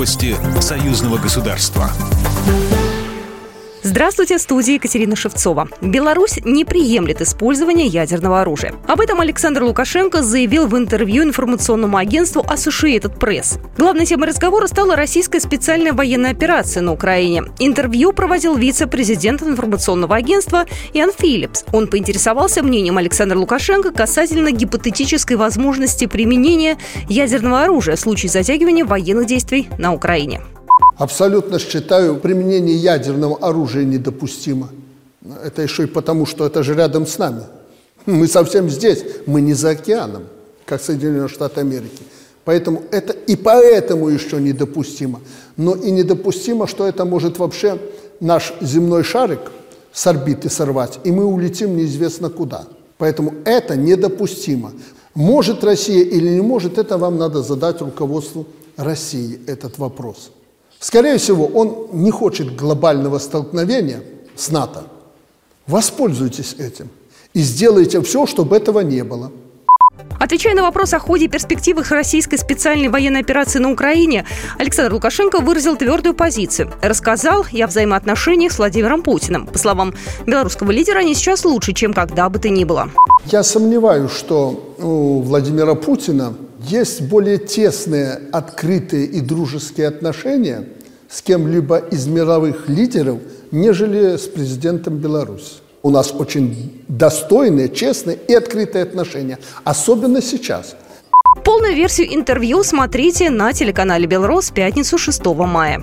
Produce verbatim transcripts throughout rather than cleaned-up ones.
Новости союзного государства. Здравствуйте, в студии Екатерина Шевцова. Беларусь не приемлет использование ядерного оружия. Об этом Александр Лукашенко заявил в интервью информационному агентству Associated Press. Главной темой разговора стала российская специальная военная операция на Украине. Интервью проводил вице-президент информационного агентства Иоанн Филлипс. Он поинтересовался мнением Александра Лукашенко касательно гипотетической возможности применения ядерного оружия в случае затягивания военных действий на Украине. Абсолютно считаю, применение ядерного оружия недопустимо. Это еще и потому, что это же рядом с нами. Мы совсем здесь, мы не за океаном, как Соединенные Штаты Америки. Поэтому это и поэтому еще недопустимо. Но и недопустимо, что это может вообще наш земной шарик с орбиты сорвать, и мы улетим неизвестно куда. Поэтому это недопустимо. Может Россия или не может, это вам надо задать руководству России этот вопрос. Скорее всего, он не хочет глобального столкновения с НАТО. Воспользуйтесь этим и сделайте все, чтобы этого не было. Отвечая на вопрос о ходе и перспективах российской специальной военной операции на Украине, Александр Лукашенко выразил твердую позицию. Рассказал и о взаимоотношениях с Владимиром Путиным. По словам белорусского лидера, они сейчас лучше, чем когда бы то ни было. Я сомневаюсь, что у Владимира Путина есть более тесные, открытые и дружеские отношения с кем-либо из мировых лидеров, нежели с президентом Беларуси. У нас очень достойные, честные и открытые отношения, особенно сейчас. Полную версию интервью смотрите на телеканале «Белрос» в пятницу шестого мая.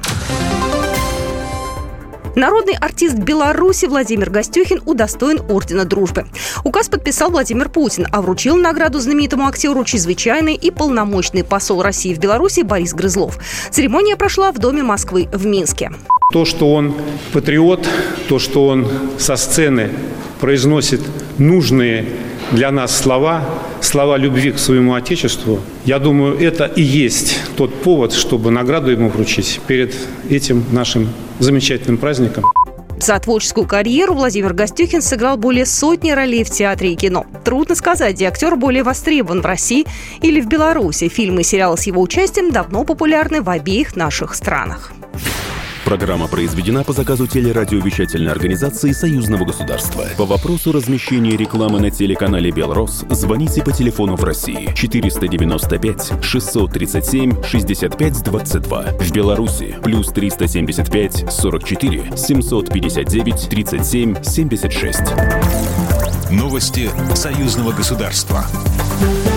Народный артист Беларуси Владимир Гостюхин удостоен Ордена Дружбы. Указ подписал Владимир Путин, а вручил награду знаменитому актеру чрезвычайный и полномочный посол России в Беларуси Борис Грызлов. Церемония прошла в Доме Москвы в Минске. То, что он патриот, то, что он со сцены произносит нужные для нас слова, слова любви к своему Отечеству, я думаю, это и есть тот повод, чтобы награду ему вручить перед этим нашим замечательным праздником. За творческую карьеру Владимир Гостюхин сыграл более сотни ролей в театре и кино. Трудно сказать, где актер более востребован в России или в Беларуси. Фильмы и сериалы с его участием давно популярны в обеих наших странах. Программа произведена по заказу телерадиовещательной организации Союзного государства. По вопросу размещения рекламы на телеканале «Белрос» звоните по телефону в России четыреста девяносто пять шестьсот тридцать семь шестьдесят пять двадцать два. В Беларуси плюс триста семьдесят пять сорок четыре семьсот пятьдесят девять тридцать семь семьдесят шесть. Новости союзного государства.